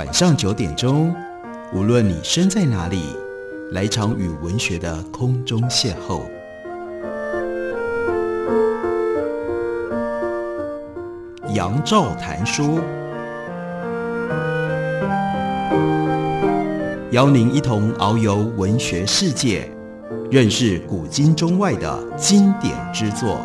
晚上9点钟，无论你身在哪里，来场与文学的空中邂逅。杨照谈书，邀您一同遨游文学世界，认识古今中外的经典之作。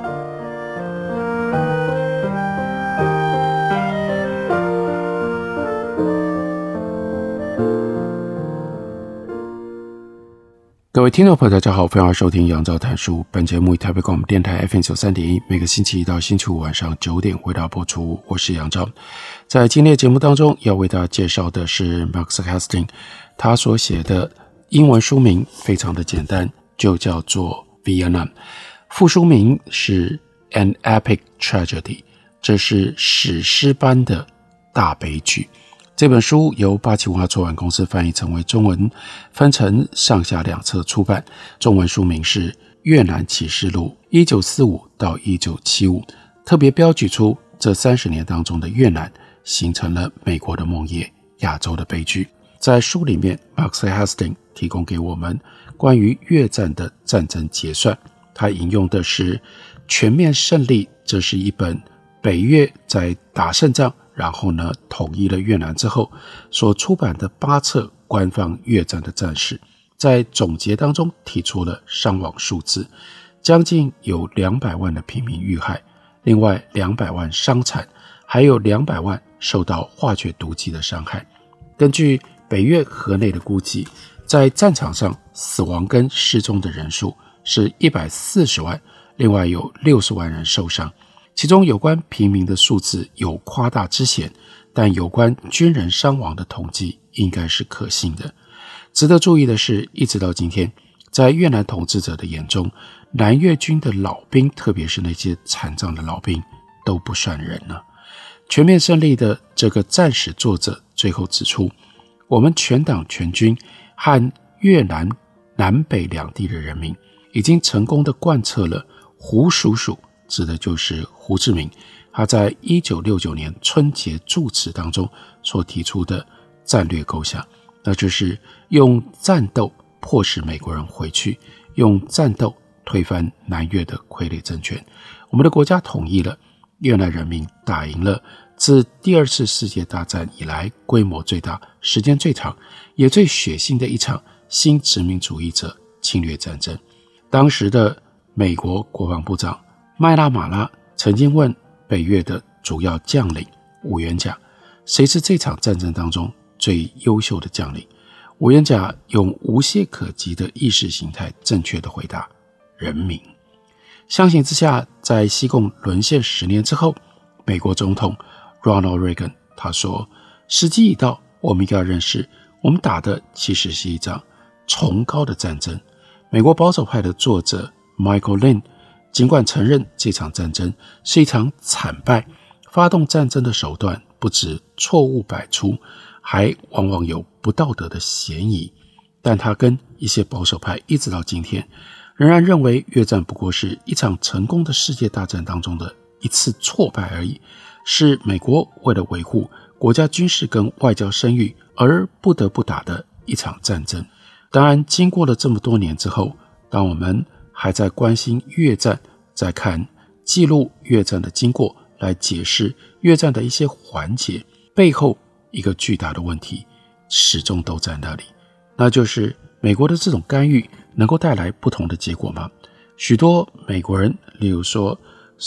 各位听众朋友大家好，欢迎收听杨照谈书。本节目以台北广播电台 FM93.1 每个星期一到星期五晚上9点为大家播出，我是杨照。在今天的节目当中要为大家介绍的是 Max Hastings， 他所写的英文书名非常的简单，就叫做 Vietnam， 副书名是 An Epic Tragedy， 这是史诗般的大悲剧。这本书由八旗文化出版公司翻译成为中文，分成上下2册出版。中文书名是《越南启示录1945到1975》，特别标举出这30年当中的越南形成了美国的梦魇，亚洲的悲剧。在书里面 Max Hastings 提供给我们关于越战的战争结算，他引用的是《全面胜利》，这是一本北越在打胜仗然后呢统一了越南之后所出版的8册官方越战的战史，在总结当中提出了伤亡数字，将近有200万的平民遇害，另外200万伤残，还有200万受到化学毒剂的伤害。根据北越河内的估计，在战场上死亡跟失踪的人数是140万，另外有60万人受伤。其中有关平民的数字有夸大之嫌，但有关军人伤亡的统计应该是可信的。值得注意的是，一直到今天，在越南统治者的眼中，南越军的老兵，特别是那些残障的老兵，都不算人了。全面胜利的这个战史作者最后指出，我们全党全军和越南南北两地的人民已经成功地贯彻了胡叔叔，指的就是胡志明，他在1969年春节祝词当中所提出的战略构想，那就是用战斗迫使美国人回去，用战斗推翻南越的傀儡政权。我们的国家统一了，越南人民打赢了自第2次世界大战以来规模最大、时间最长也最血腥的一场新殖民主义者侵略战争。当时的美国国防部长麦纳马拉曾经问北越的主要将领伍元甲，谁是这场战争当中最优秀的将领？伍元甲用无懈可击的意识形态正确的回答：人民。相形之下，在西贡沦陷10年之后，美国总统 Ronald Reagan 他说，时机已到，我们要认识，我们打的其实是一场崇高的战争。美国保守派的作者 Michael Lynn尽管承认这场战争是一场惨败，发动战争的手段不止错误百出，还往往有不道德的嫌疑，但他跟一些保守派一直到今天仍然认为越战不过是一场成功的世界大战当中的一次挫败而已，是美国为了维护国家军事跟外交声誉而不得不打的一场战争。当然经过了这么多年之后，当我们还在关心越战，在看记录越战的经过，来解释越战的一些环节，背后一个巨大的问题始终都在那里，那就是美国的这种干预能够带来不同的结果吗？许多美国人，例如说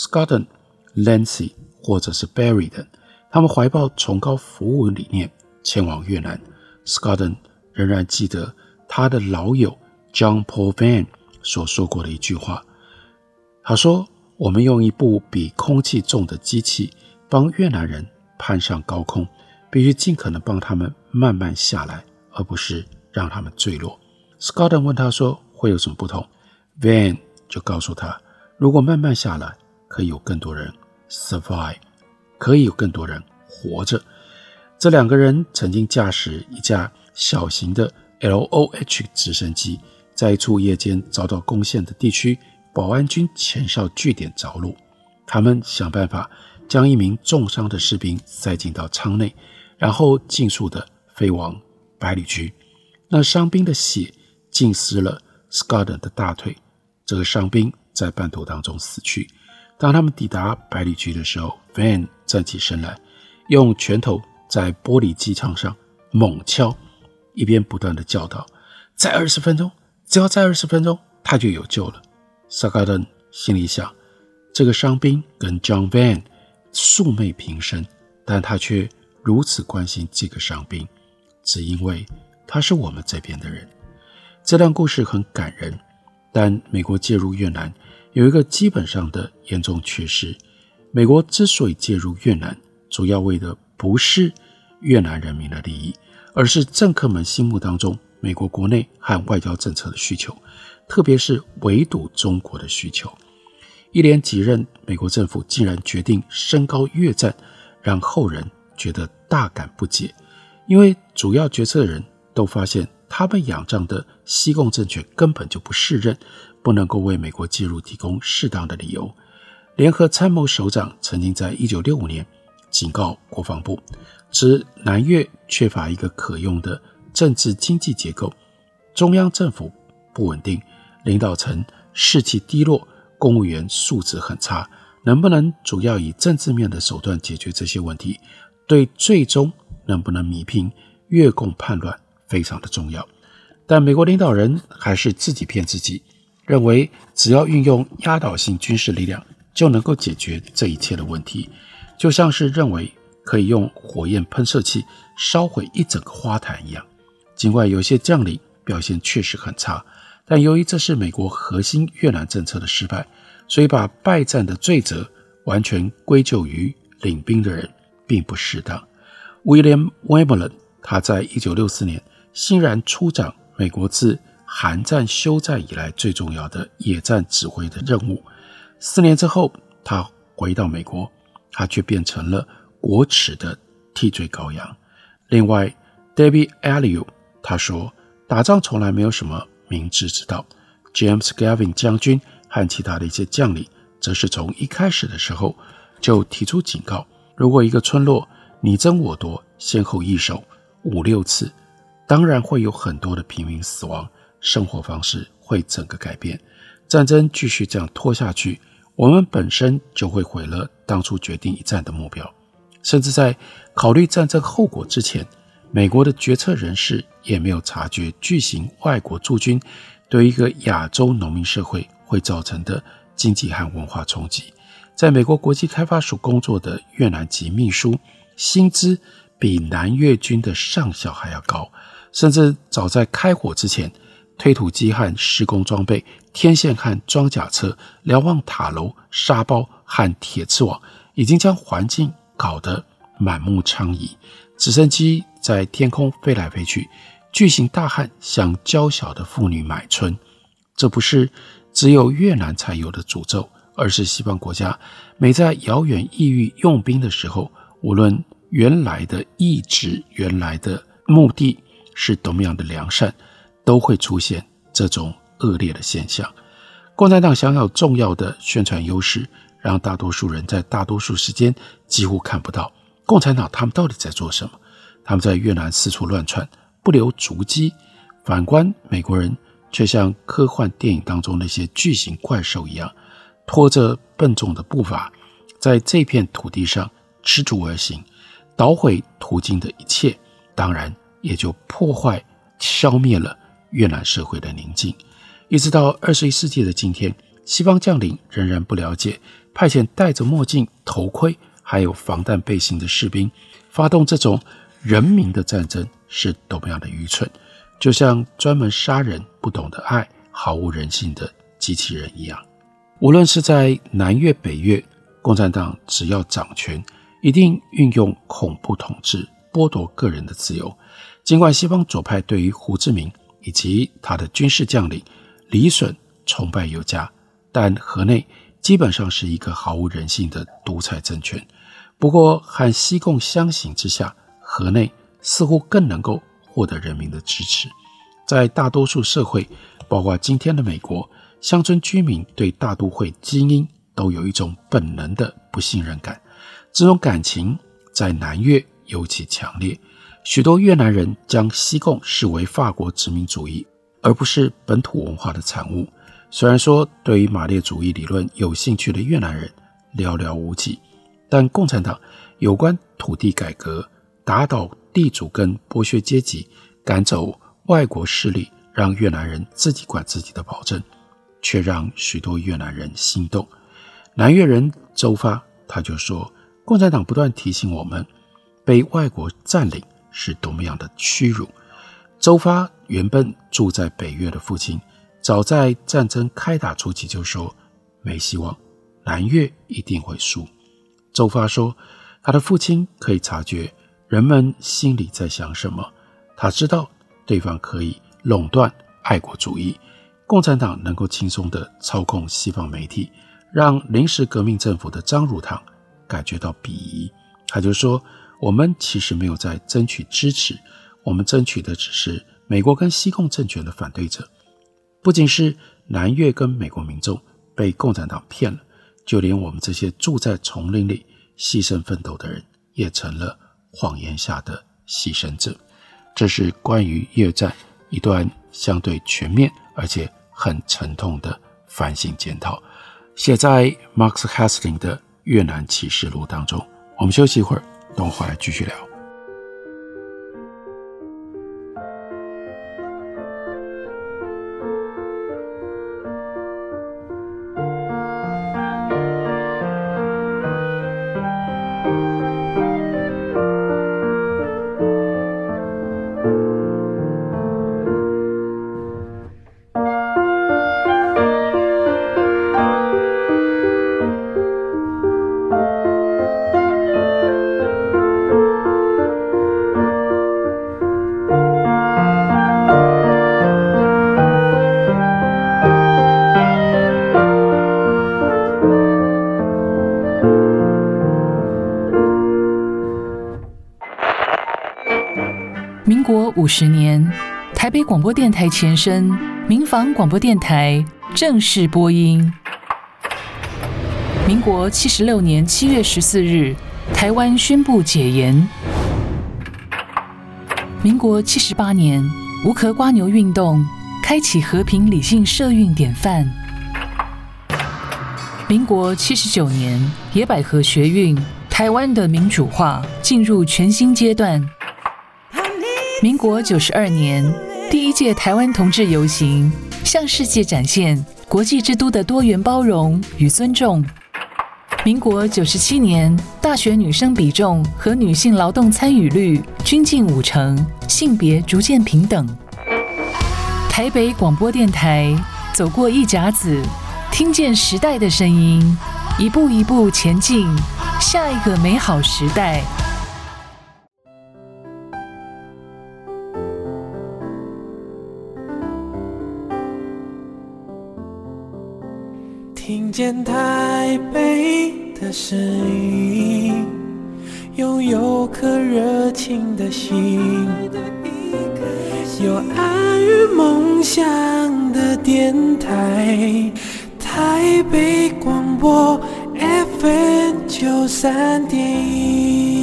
Scotland、Lancy 或者是 Barry 等，他们怀抱崇高服务理念前往越南。 Scotland 仍然记得他的老友 John Paul Vann所说过的一句话，他说，我们用一部比空气重的机器帮越南人攀上高空，必须尽可能帮他们慢慢下来，而不是让他们坠落。 Scotland 问他说，会有什么不同？ Vann 就告诉他，如果慢慢下来，可以有更多人 survive， 可以有更多人活着。这2个人曾经驾驶一架小型的 LOH 直升机，在一处夜间遭到攻陷的地区，保安军前哨据点着陆，他们想办法将一名重伤的士兵塞进到舱内，然后尽速的飞往百里居。那伤兵的血浸湿了 Scudder 的大腿，这个伤兵在半途当中死去。当他们抵达百里居的时候， Van 站起身来，用拳头在玻璃机舱上猛敲，一边不断的叫道：再20分钟，只要再20分钟他就有救了。 Scudder 心里想，这个伤兵跟 John Van 素昧平生，但他却如此关心这个伤兵，只因为他是我们这边的人。这段故事很感人，但美国介入越南有一个基本上的严重缺失。美国之所以介入越南，主要为的不是越南人民的利益，而是政客们心目当中美国国内和外交政策的需求，特别是围堵中国的需求。一连几任美国政府竟然决定升高越战，让后人觉得大感不解，因为主要决策人都发现他们仰仗的西共政权根本就不适任，不能够为美国介入提供适当的理由。联合参谋首长曾经在1965年警告国防部，指南越缺乏一个可用的政治经济结构，中央政府不稳定，领导层士气低落，公务员素质很差，能不能主要以政治面的手段解决这些问题，对最终能不能弭平越共叛乱非常的重要。但美国领导人还是自己骗自己，认为只要运用压倒性军事力量就能够解决这一切的问题，就像是认为可以用火焰喷射器烧毁一整个花坛一样。尽管有些将领表现确实很差，但由于这是美国核心越南政策的失败，所以把败战的罪责完全归咎于领兵的人并不适当。William Wemmerland 他在1964年欣然出掌美国自韩战休战以来最重要的野战指挥的任务。4年之后他回到美国，他却变成了国耻的替罪羔羊。另外 David Alliou 他说，打仗从来没有什么明智之道。 James Gavin 将军和其他的一些将领则是从一开始的时候就提出警告，如果一个村落你争我夺，先后易手5、6次，当然会有很多的平民死亡，生活方式会整个改变。战争继续这样拖下去，我们本身就会毁了当初决定一战的目标。甚至在考虑战争后果之前，美国的决策人士也没有察觉巨型外国驻军对一个亚洲农民社会会造成的经济和文化冲击。在美国国际开发署工作的越南籍秘书，薪资比南越军的上校还要高，甚至早在开火之前，推土机和施工装备、天线和装甲车、瞭望塔楼、沙包和铁刺网已经将环境搞得满目疮痍。直升机在天空飞来飞去，巨型大汉向娇小的妇女买春。这不是只有越南才有的诅咒，而是西方国家每在遥远异域用兵的时候，无论原来的意志、原来的目的是多么样的良善，都会出现这种恶劣的现象。共产党享有重要的宣传优势，让大多数人在大多数时间几乎看不到共产党他们到底在做什么。他们在越南四处乱窜，不留足迹。反观美国人却像科幻电影当中那些巨型怪兽一样，拖着笨重的步伐，在这片土地上踟蹰而行，捣毁途经的一切，当然也就破坏消灭了越南社会的宁静。一直到21世纪的今天，西方将领仍然不了解派遣戴着墨镜、头盔还有防弹背心的士兵发动这种人民的战争是多么样的愚蠢，就像专门杀人、不懂得爱、毫无人性的机器人一样。无论是在南越、北越，共产党只要掌权，一定运用恐怖统治，剥夺个人的自由。尽管西方左派对于胡志明以及他的军事将领李隼崇拜有加，但河内基本上是一个毫无人性的独裁政权。不过和西共相形之下，河内似乎更能够获得人民的支持。在大多数社会，包括今天的美国，乡村居民对大都会精英都有一种本能的不信任感。这种感情在南越尤其强烈。 许多越南人将西贡视为法国殖民主义，而不是本土文化的产物。虽然说对于马列主义理论有兴趣的越南人寥寥无几，但共产党有关土地改革、打倒地主跟剥削阶级、赶走外国势力，让越南人自己管自己的保证，却让许多越南人心动。南越人周发他就说，共产党不断提醒我们，被外国占领是多么样的屈辱。周发原本住在北越的父亲，早在战争开打初期就说没希望，南越一定会输。周发说，他的父亲可以察觉人们心里在想什么，他知道对方可以垄断爱国主义，共产党能够轻松地操控西方媒体，让临时革命政府的张汝堂感觉到鄙夷。他就说，我们其实没有在争取支持，我们争取的只是美国跟西贡政权的反对者。不仅是南越跟美国民众被共产党骗了，就连我们这些住在丛林里牺牲奋斗的人也成了谎言下的牺牲者。这是关于越战一段相对全面而且很沉痛的反省检讨，写在 Max Hastings 的越南启示录当中。我们休息一会儿，等我回来继续聊。 民国50年，台北广播电台前身民防广播电台正式播音。民国76年7月14日，台湾宣布解严。民国78年，无壳蝸牛运动开启和平理性社运典范。民国79年，野百合学运，台湾的民主化进入全新阶段。民国92年，第一届台湾同志游行向世界展现国际之都的多元包容与尊重。民国97年，大学女生比重和女性劳动参与率均近50%，性别逐渐平等。台北广播电台走过一甲子，听见时代的声音，一步一步前进，下一个美好时代。 听见台北的声音，拥有颗热情的心，有爱与梦想的电台，台北广播 FM93.1。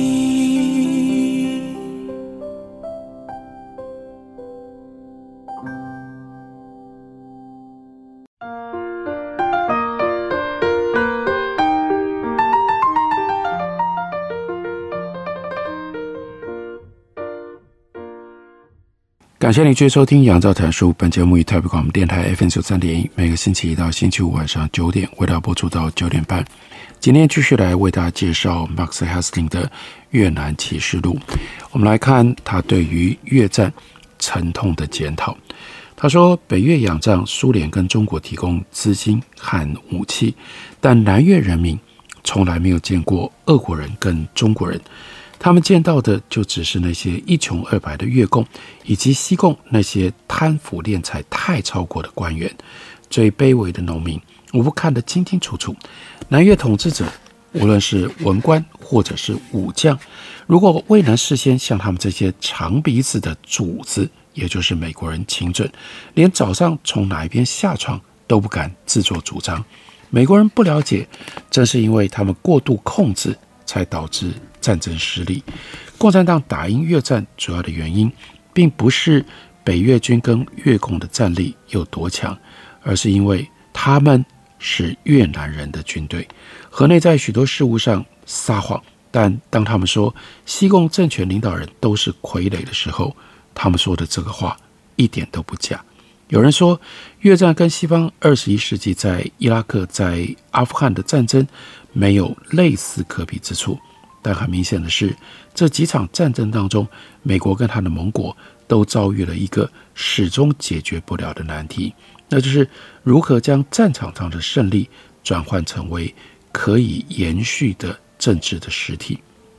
感谢你继续收听杨照谈书，本节目以台北广播电台 FM93.1，每个星期一到星期五晚上9点为大家播出到9点半。今天继续来为大家介绍 Max Hastings 的越南启示录。我们来看他对于越战沉痛的检讨。他说，北越仰仗苏联跟中国提供资金和武器，但南越人民从来没有见过俄国人跟中国人，他们见到的就只是那些一穷二白的越共，以及西贡那些贪腐敛财太超过的官员。最卑微的农民无不看得清清楚楚。南越统治者无论是文官或者是武将，如果未能事先向他们这些长鼻子的主子，也就是美国人请准，连早上从哪一边下床都不敢自作主张。美国人不了解，正是因为他们过度控制，才导致战争失利。 共产党打赢越战主要的原因，并不是北越军跟越共的战力有多强，而是因为他们是越南人的军队。河内在许多事务上撒谎，但当他们说西共政权领导人都是傀儡的时候，他们说的这个话一点都不假。有人说越战跟西方21世纪在伊拉克在阿富汗的战争没有类似可比之处，但很明显的是，这几场战争当中，美国跟他的盟国都遭遇了一个始终解决不了的难题，那就是如何将战场上的胜利转换成为可以延续的政治的实体。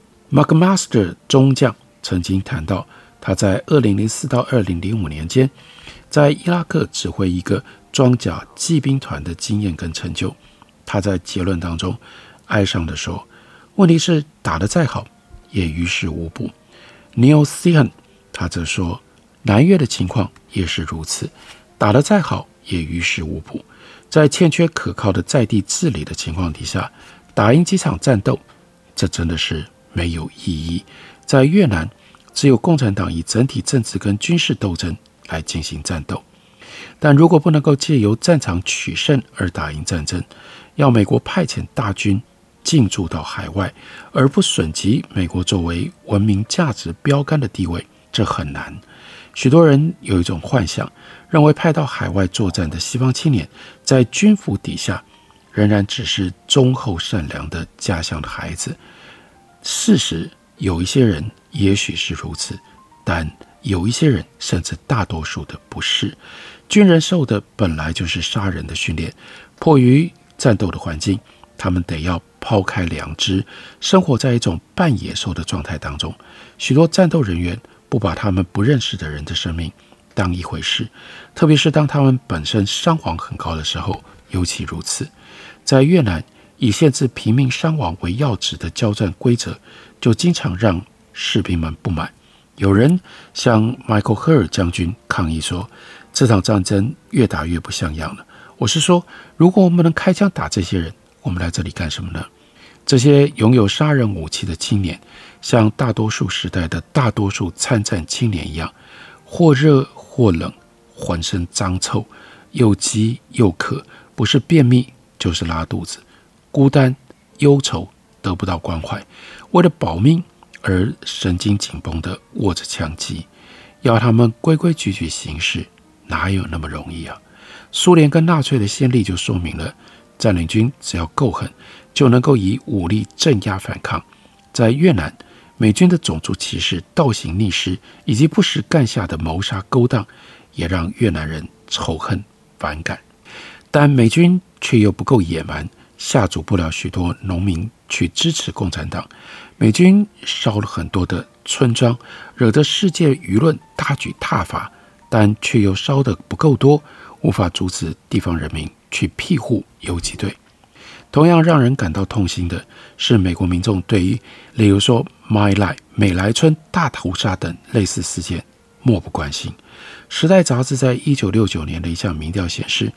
McMaster 中将曾经谈到他在2004到2005年间在伊拉克指挥一个装甲骑兵团的经验跟成就。他在结论当中哀伤地说，问题是打得再好也于事无补。 Neil Sehan 他则说，南越的情况也是如此，打得再好也于事无补。在欠缺可靠的在地治理的情况底下，打赢几场战斗，这真的是没有意义。在越南，只有共产党以整体政治跟军事斗争来进行战斗。但如果不能够借由战场取胜而打赢战争，要美国派遣大军进驻到海外，而不损及美国作为文明价值标杆的地位，这很难。许多人有一种幻想，认为派到海外作战的西方青年在军服底下仍然只是忠厚善良的家乡的孩子。事实有一些人也许是如此，但有一些人甚至大多数的不是。军人受的本来就是杀人的训练，迫于战斗的环境，他们得要抛开良知，生活在一种半野兽的状态当中。许多战斗人员不把他们不认识的人的生命当一回事，特别是当他们本身伤亡很高的时候尤其如此。在越南，以限制平民伤亡为要旨的交战规则就经常让士兵们不满。有人向 Michael Herr 将军抗议说，这场战争越打越不像样了。我是说，如果我们能开枪打这些人，我们来这里干什么呢？这些拥有杀人武器的青年，像大多数时代的大多数参战青年一样，或热或冷，浑身脏臭，又饥又渴，不是便秘就是拉肚子，孤单忧愁，得不到关怀，为了保命而神经紧绷地握着枪击，要他们规规矩矩行事，哪有那么容易啊？苏联跟纳粹的先例就说明了，占领军只要够狠，就能够以武力镇压反抗。在越南，美军的种族歧视、倒行逆施以及不时干下的谋杀勾当，也让越南人仇恨反感。但美军却又不够野蛮，下阻不了许多农民去支持共产党。美军烧了很多的村庄，惹得世界舆论大举挞伐，但却又烧得不够多，无法阻止地方人民去庇护游击队。同样让人感到痛心的是，美国民众对于例如说My Lai 美来村大屠杀等类似事件漠不关心。时代杂志在1969年的一项民调显示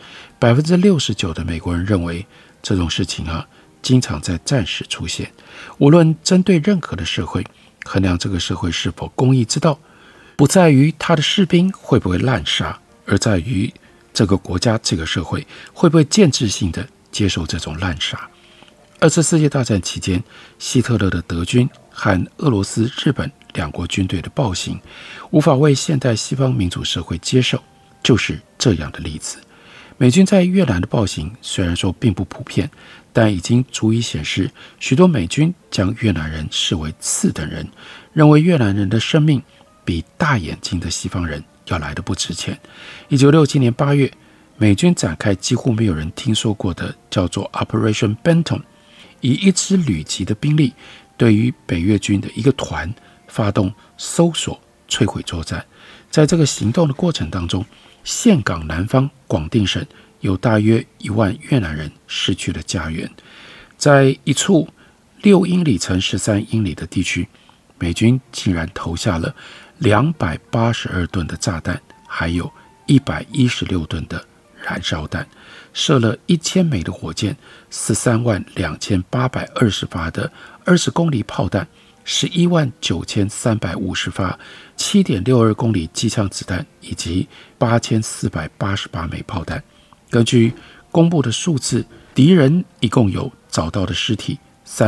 ，69%的美国人认为这种事情经常在战时出现。无论针对任何的社会，衡量这个社会是否公义之道，不在于他的士兵会不会滥杀，而在于这个国家这个社会会不会建制性的接受这种滥杀。二次世界大战期间，希特勒的德军和俄罗斯、日本两国军队的暴行，无法为现代西方民主社会接受，就是这样的例子。美军在越南的暴行虽然说并不普遍，但已经足以显示，许多美军将越南人视为次等人，认为越南人的生命比大眼睛的西方人要来得不值钱。1967年8月，美军展开几乎没有人听说过的叫做 Operation Benton， 以一支旅级的兵力对于北越军的一个团发动搜索、摧毁作战。在这个行动的过程当中，岘港南方广定省有大约1万越南人失去了家园。在一处6英里乘13英里的地区，美军竟然投下了282吨的炸弹，还有116吨的燃烧弹，射了1000枚的火箭，132820发的20公里炮弹， 119350发 7.62 公里机枪子弹以及8488枚炮弹。根据公布的数字，敌人一共有找到的尸体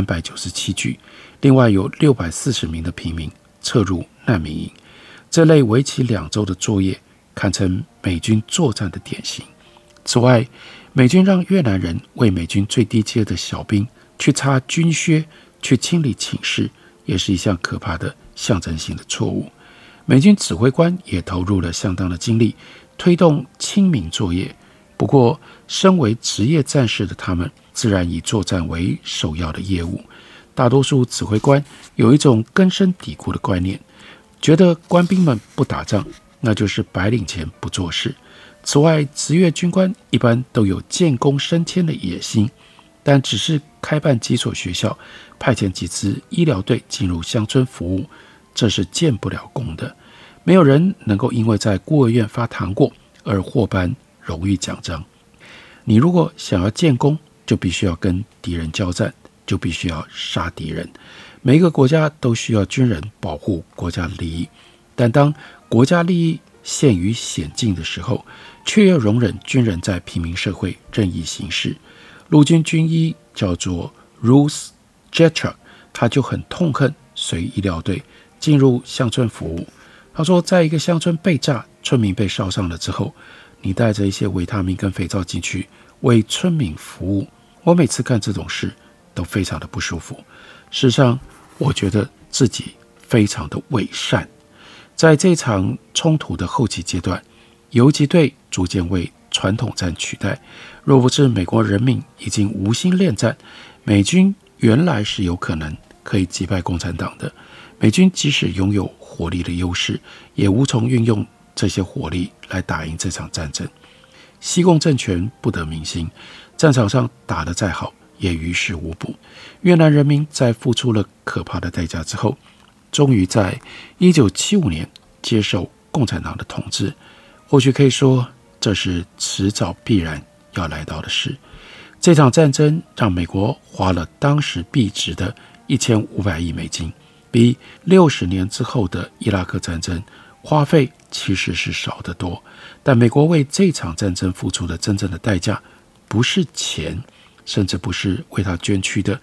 397具，另外有640名的平民撤入难民营。这类为期2周的作业堪称美军作战的典型。此外，美军让越南人为美军最低阶的小兵去擦军靴，去清理寝室，也是一项可怕的象征性的错误。美军指挥官也投入了相当的精力推动清明作业，不过身为职业战士的他们自然以作战为首要的业务。大多数指挥官有一种根深蒂固的观念，觉得官兵们不打仗，那就是白领钱不做事。此外，职业军官一般都有建功升迁的野心，但只是开办基础学校，派遣几支医疗队进入乡村服务，这是建不了功的。没有人能够因为在孤儿院发糖果而获颁荣誉奖章。你如果想要建功，就必须要跟敌人交战，就必须要杀敌人。每一个国家都需要军人保护国家利益，但当国家利益陷于险境的时候，却要容忍军人在平民社会任意行事。陆军军医叫做 Ruth Jetchuk， 他就很痛恨随医疗队进入乡村服务。他说，在一个乡村被炸，村民被烧伤了之后，你带着一些维他命跟肥皂进去为村民服务，我每次看这种事都非常的不舒服。事实上，我觉得自己非常的伪善。在这场冲突的后期阶段，游击队逐渐为传统战取代。若不是美国人民已经无心恋战，美军原来是有可能可以击败共产党的。美军即使拥有火力的优势，也无从运用这些火力来打赢这场战争。西贡政权不得民心，战场上打得再好也于事无补。越南人民在付出了可怕的代价之后，终于在1975年接受共产党的统治。或许可以说，这是迟早必然要来到的事。这场战争让美国花了当时币值的1500亿美金，比60年之后的伊拉克战争花费其实是少得多。但美国为这场战争付出的真正的代价，不是钱，甚至不是为他捐躯的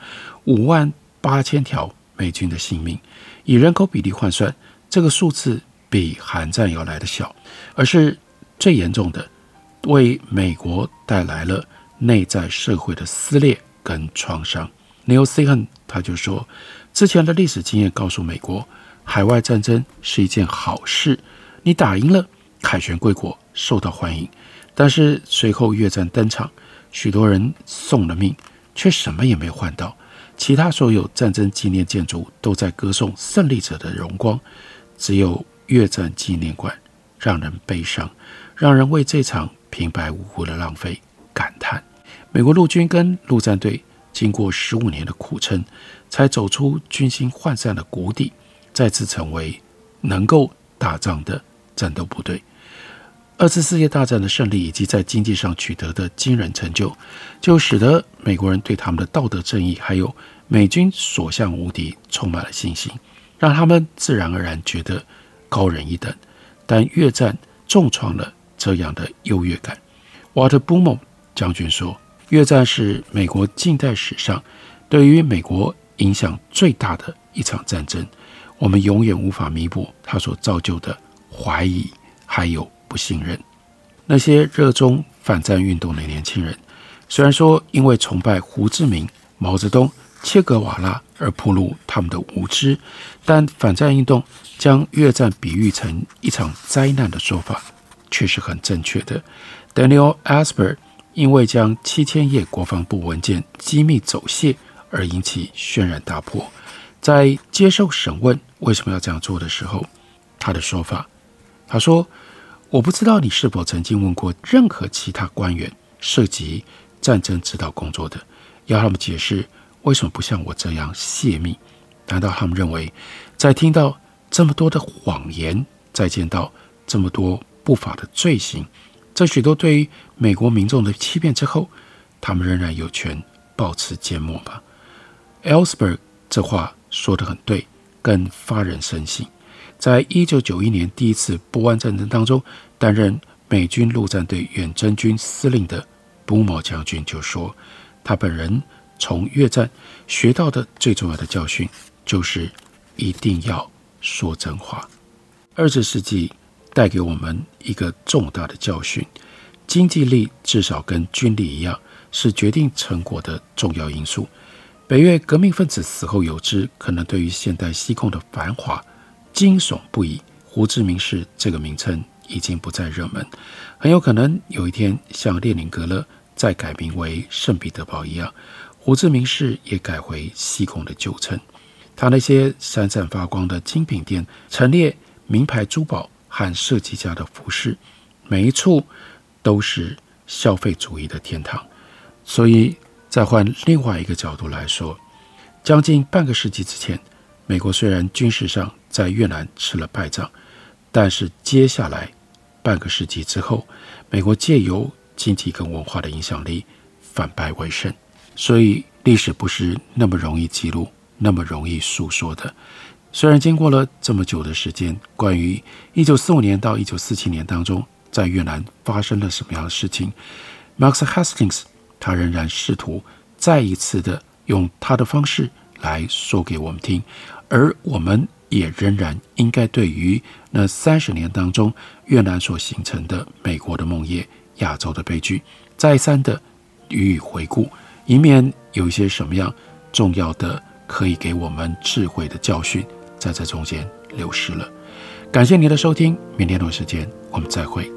58000条美军的性命。以人口比例换算，这个数字比韩战要来得小，而是最严重的，为美国带来了内在社会的撕裂跟创伤。Neil Sehan 他就说，之前的历史经验告诉美国，海外战争是一件好事，你打赢了，凯旋归国，受到欢迎。但是随后越战登场，许多人送了命，却什么也没换到。其他所有战争纪念建筑都在歌颂胜利者的荣光，只有越战纪念馆让人悲伤，让人为这场平白无故的浪费感叹。美国陆军跟陆战队经过15年的苦撑，才走出军心涣散的谷底，再次成为能够打仗的战斗部队。二次世界大战的胜利以及在经济上取得的惊人成就，就使得美国人对他们的道德正义还有美军所向无敌充满了信心，让他们自然而然觉得高人一等。但越战重创了这样的优越感。Walter Beaumont 将军说，越战是美国近代史上对于美国影响最大的一场战争，我们永远无法弥补它所造就的怀疑还有不信任。那些热衷反战运动的年轻人，虽然说因为崇拜胡志明、毛泽东、切格瓦拉而暴露他们的无知，但反战运动将越战比喻成一场灾难的说法却是很正确的。 Daniel Ellsberg 因为将7000页国防部文件机密走泄而引起轩然大波。在接受审问为什么要这样做的时候，他的说法，他说，我不知道你是否曾经问过任何其他官员涉及战争指导工作的，要他们解释为什么不像我这样泄密。难道他们认为在听到这么多的谎言，在见到这么多不法的罪行，这许多对于美国民众的欺骗之后，他们仍然有权保持缄默吗？ Ellsberg 这话说得很对， 更发人深省。在1991年第一次波湾战争当中，担任美军陆战队远征军司令的布某将军就说，他本人从越战学到的最重要的教训就是一定要说真话。20世纪带给我们一个重大的教训，经济力至少跟军力一样，是决定成果的重要因素。北越革命分子死后有之，可能对于现代西贡的繁华惊悚不已。胡志明市这个名称已经不再热门，很有可能有一天像列宁格勒再改名为圣彼得堡一样，胡志明市也改回西贡的旧称。他那些闪闪发光的精品店，陈列名牌珠宝和设计家的服饰，每一处都是消费主义的天堂。所以再换另外一个角度来说，将近半个世纪之前，美国虽然军事上在越南吃了败仗，但是接下来半个世纪之后，美国借由经济跟文化的影响力反败为胜。所以历史不是那么容易记录，那么容易诉说的。虽然经过了这么久的时间，关于1945年到1947年当中在越南发生了什么样的事情， Max Hastings 他仍然试图再一次的用他的方式来说给我们听，而我们也仍然应该对于那30年当中越南所形成的美国的梦魇、亚洲的悲剧再三的予以回顾，以免有一些什么样重要的可以给我们智慧的教训在这中间流失了。感谢您的收听，明天同一时间我们再会。